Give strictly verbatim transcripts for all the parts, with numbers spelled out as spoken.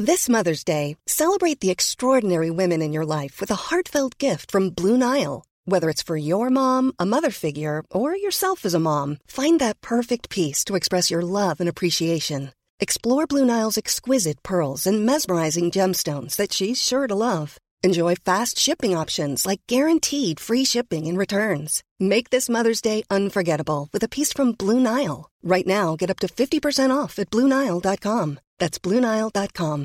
This Mother's Day, celebrate the extraordinary women in your life with a heartfelt gift from Blue Nile. Whether it's for your mom, a mother figure, or yourself as a mom, find that perfect piece to express your love and appreciation. Explore Blue Nile's exquisite pearls and mesmerizing gemstones that she's sure to love. Enjoy fast shipping options like guaranteed free shipping and returns. Make this Mother's Day unforgettable with a piece from Blue Nile. Right now, get up to fifty percent off at Blue Nile dot com. That's Blue Nile dot com.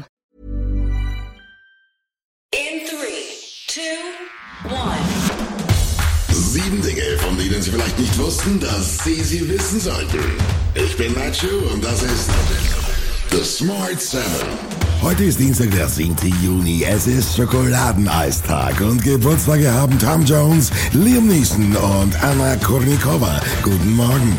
In three, two, one. Sieben Dinge, von denen Sie vielleicht nicht wussten, dass Sie sie wissen sollten. Ich bin Nacho und das ist The Smart Seven. Heute ist Dienstag, der zehnten Juni. Es ist Schokoladeneistag und Geburtstage haben Tom Jones, Liam Neeson und Anna Kournikova. Guten Morgen.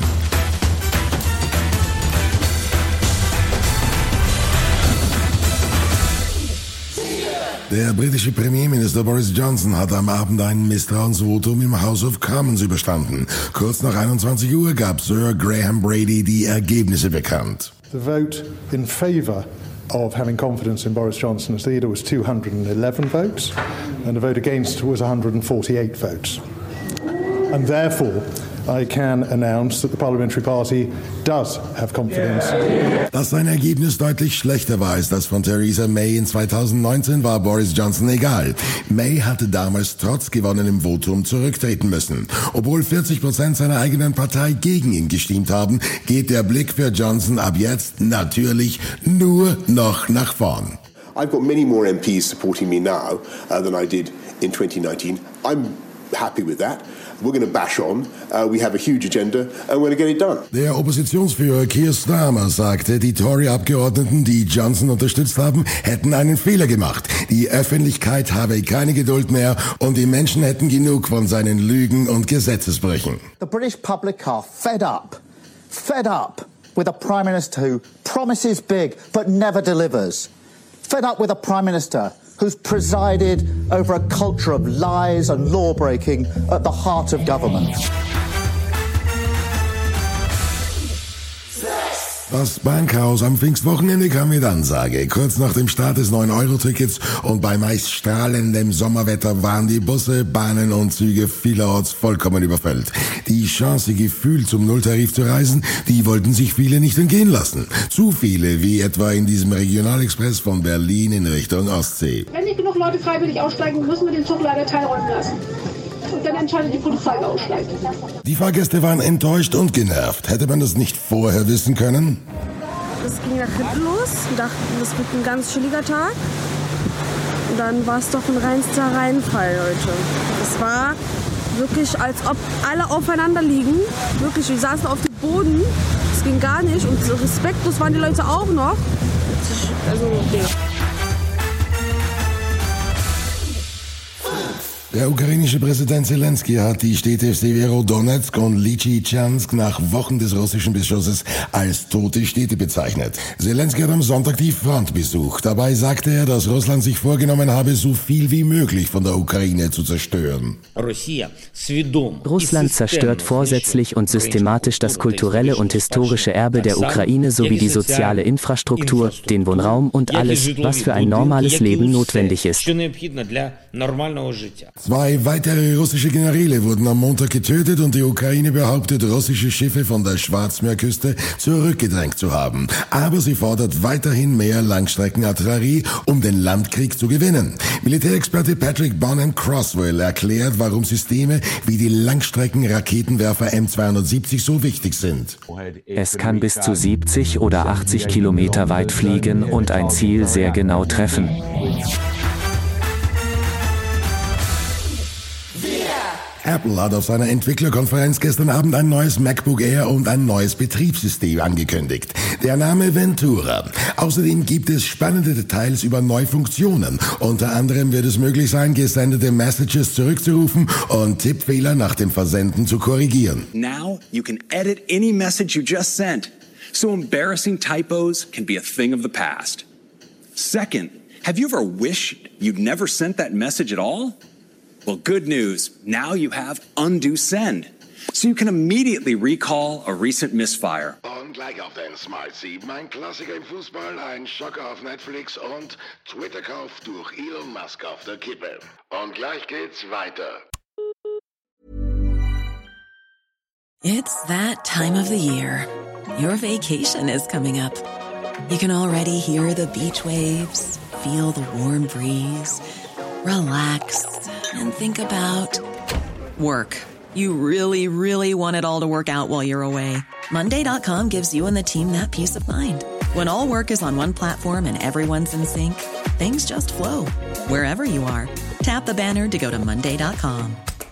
Der britische Premierminister Boris Johnson hat am Abend ein Misstrauensvotum im House of Commons überstanden. Kurz nach einundzwanzig Uhr gab Sir Graham Brady die Ergebnisse bekannt. The vote in favour of having confidence in Boris Johnson as leader was two hundred eleven votes, and the vote against was one hundred forty-eight votes. And therefore, I can announce that the Parliamentary Party does have confidence. Dass sein Ergebnis deutlich schlechter war als das von Theresa May in zweitausendneunzehn, war Boris Johnson egal. May hatte damals trotz gewonnenem Votum zurücktreten müssen. Obwohl vierzig Prozent seiner eigenen Partei gegen ihn gestimmt haben, geht der Blick für Johnson ab jetzt natürlich nur noch nach vorn. I've got many more M Ps supporting me now uh, than I did in twenty nineteen. I'm happy with that. We're going to bash on. Uh, we have a huge agenda and we're going to get it done. Der Oppositionsführer Keir Starmer sagte, die Tory-Abgeordneten, die Johnson unterstützt haben, hätten einen Fehler gemacht. Die Öffentlichkeit habe keine Geduld mehr und die Menschen hätten genug von seinen Lügen und Gesetzesbrüchen. The British public are fed up, fed up with a Prime Minister who promises big but never delivers. Fed up with a Prime Minister who's presided over a culture of lies and law-breaking at the heart of government. Das Bankhaus am Pfingstwochenende kam mit Ansage. Kurz nach dem Start des neun Euro Tickets und bei meist strahlendem Sommerwetter waren die Busse, Bahnen und Züge vielerorts vollkommen überfüllt. Die Chance, gefühlt zum Nulltarif zu reisen, die wollten sich viele nicht entgehen lassen. Zu viele, wie etwa in diesem Regionalexpress von Berlin in Richtung Ostsee. Wenn nicht genug Leute freiwillig aussteigen, müssen wir den Zug leider teilräumen lassen. Und dann entscheidet die Polizei, wer aussteigt. Die Fahrgäste waren enttäuscht und genervt. Hätte man das nicht vorher wissen können? Es ging nach hinten los. Wir dachten, das wird ein ganz chilliger Tag. Und dann war es doch ein reinster Reinfall, Leute. Es war wirklich, als ob alle aufeinander liegen. Wirklich, wir saßen auf dem Boden. Es ging gar nicht. Und so respektlos waren die Leute auch noch. Also, nee. Der ukrainische Präsident Zelensky hat die Städte Severodonetsk und Lysychansk nach Wochen des russischen Beschusses als tote Städte bezeichnet. Zelensky hat am Sonntag die Front besucht. Dabei sagte er, dass Russland sich vorgenommen habe, so viel wie möglich von der Ukraine zu zerstören. Russland zerstört vorsätzlich und systematisch das kulturelle und historische Erbe der Ukraine sowie die soziale Infrastruktur, den Wohnraum und alles, was für ein normales Leben notwendig ist. Zwei weitere russische Generäle wurden am Montag getötet und die Ukraine behauptet, russische Schiffe von der Schwarzmeerküste zurückgedrängt zu haben. Aber sie fordert weiterhin mehr Langstreckenartillerie, um den Landkrieg zu gewinnen. Militärexperte Patrick Bonham-Crosswell erklärt, warum Systeme wie die Langstreckenraketenwerfer M zweihundertsiebzig so wichtig sind. Es kann bis zu siebzig oder achtzig Kilometer weit fliegen und ein Ziel sehr genau treffen. Apple hat auf seiner Entwicklerkonferenz gestern Abend ein neues MacBook Air und ein neues Betriebssystem angekündigt. Der Name Ventura. Außerdem gibt es spannende Details über neue Funktionen. Unter anderem wird es möglich sein, gesendete Messages zurückzurufen und Tippfehler nach dem Versenden zu korrigieren. Now you can edit any message you just sent. So embarrassing typos can be a thing of the past. Second, have you ever wished you'd never sent that message at all? Well, good news. Now you have undo send. so you can immediately recall a recent misfire. Und gleich auf den Smart sieben, ein Klassiker im Fußball, ein Schocker auf Netflix und Twitter-Kauf durch Elon Musk auf der Kippe. Und gleich geht's weiter. It's that time of the year. Your vacation is coming up. You can already hear the beach waves, feel the warm breeze, relax, and think about work. You really, really want it all to work out while you're away. Monday dot com gives you and the team that peace of mind. When all work is on one platform and everyone's in sync, things just flow. Wherever you are, tap the banner to go to Monday dot com.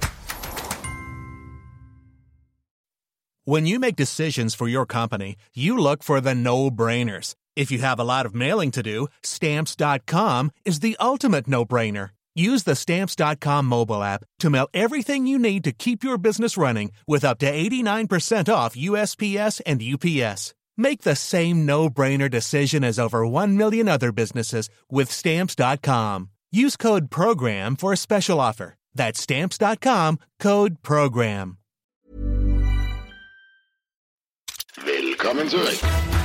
When you make decisions for your company, you look for the no-brainers. If you have a lot of mailing to do, Stamps dot com is the ultimate no-brainer. Use the Stamps dot com mobile app to mail everything you need to keep your business running with up to eighty-nine percent off U S P S and U P S. Make the same no-brainer decision as over one million other businesses with Stamps dot com. Use code PROGRAM for a special offer. That's Stamps dot com, code PROGRAM. Willkommen zurück.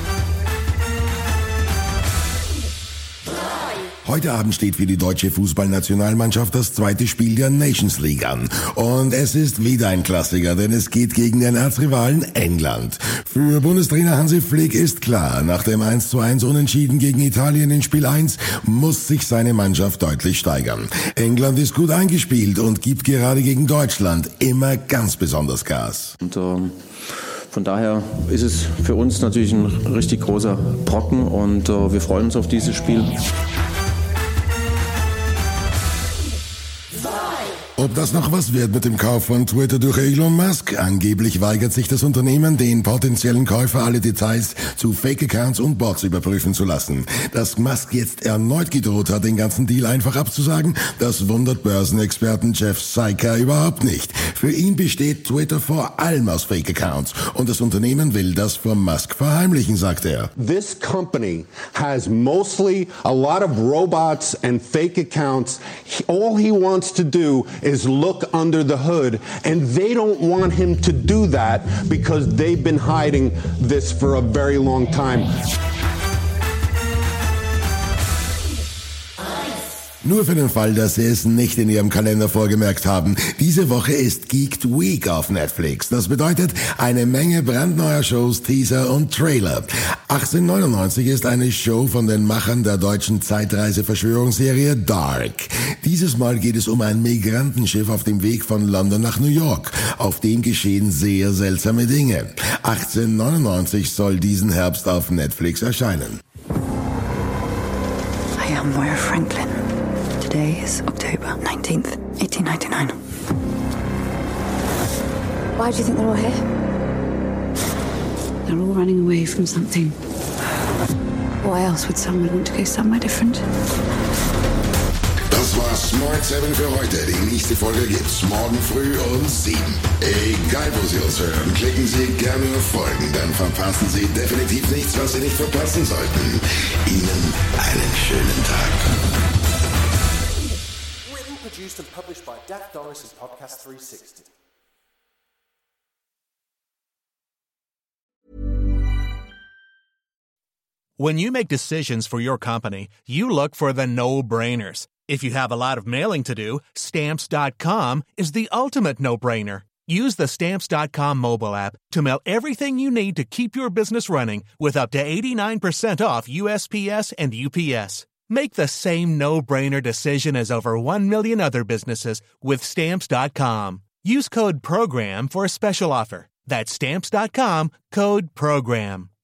Heute Abend steht für die deutsche Fußballnationalmannschaft das zweite Spiel der Nations League an. Und es ist wieder ein Klassiker, denn es geht gegen den Erzrivalen England. Für Bundestrainer Hansi Flick ist klar, nach dem eins zu eins Unentschieden gegen Italien in Spiel eins muss sich seine Mannschaft deutlich steigern. England ist gut eingespielt und gibt gerade gegen Deutschland immer ganz besonders Gas. Und, ähm Von daher ist es für uns natürlich ein richtig großer Brocken und äh, wir freuen uns auf dieses Spiel. Ob das noch was wird mit dem Kauf von Twitter durch Elon Musk? Angeblich weigert sich das Unternehmen, den potenziellen Käufer alle Details zu Fake-Accounts und Bots überprüfen zu lassen. Dass Musk jetzt erneut gedroht hat, den ganzen Deal einfach abzusagen, das wundert Börsenexperten Jeff Seiker überhaupt nicht. Für ihn besteht Twitter vor allem aus Fake-Accounts und das Unternehmen will das vor Musk verheimlichen, sagt er. This company has mostly a lot of robots and fake accounts. All he wants to do is look under the hood, and they don't want him to do that because they've been hiding this for a very long time. Nur für den Fall, dass Sie es nicht in Ihrem Kalender vorgemerkt haben. Diese Woche ist Geeked Week auf Netflix. Das bedeutet eine Menge brandneuer Shows, Teaser und Trailer. achtzehnhundertneunundneunzig ist eine Show von den Machern der deutschen Zeitreise-Verschwörungsserie Dark. Dieses Mal geht es um ein Migrantenschiff auf dem Weg von London nach New York. Auf dem geschehen sehr seltsame Dinge. achtzehnhundertneunundneunzig soll diesen Herbst auf Netflix erscheinen. I am Moira Franklin. Today is October nineteenth, eighteen ninety-nine. Why do you think they're all here? They're all running away from something. Why else would someone want to go somewhere different? Das war Smart sieben für heute. Die nächste Folge gibt's morgen früh um sieben. Egal wo Sie uns hören, klicken Sie gerne auf Folgen, dann verpassen Sie definitiv nichts, was Sie nicht verpassen sollten. Ihnen einen schönen Tag. Written, produced and published by Dak Norris and Podcast three sixty. When you make decisions for your company, you look for the no-brainers. If you have a lot of mailing to do, Stamps dot com is the ultimate no-brainer. Use the Stamps dot com mobile app to mail everything you need to keep your business running with up to eighty-nine percent off U S P S and U P S. Make the same no-brainer decision as over one million other businesses with Stamps dot com. Use code PROGRAM for a special offer. That's Stamps dot com, code PROGRAM.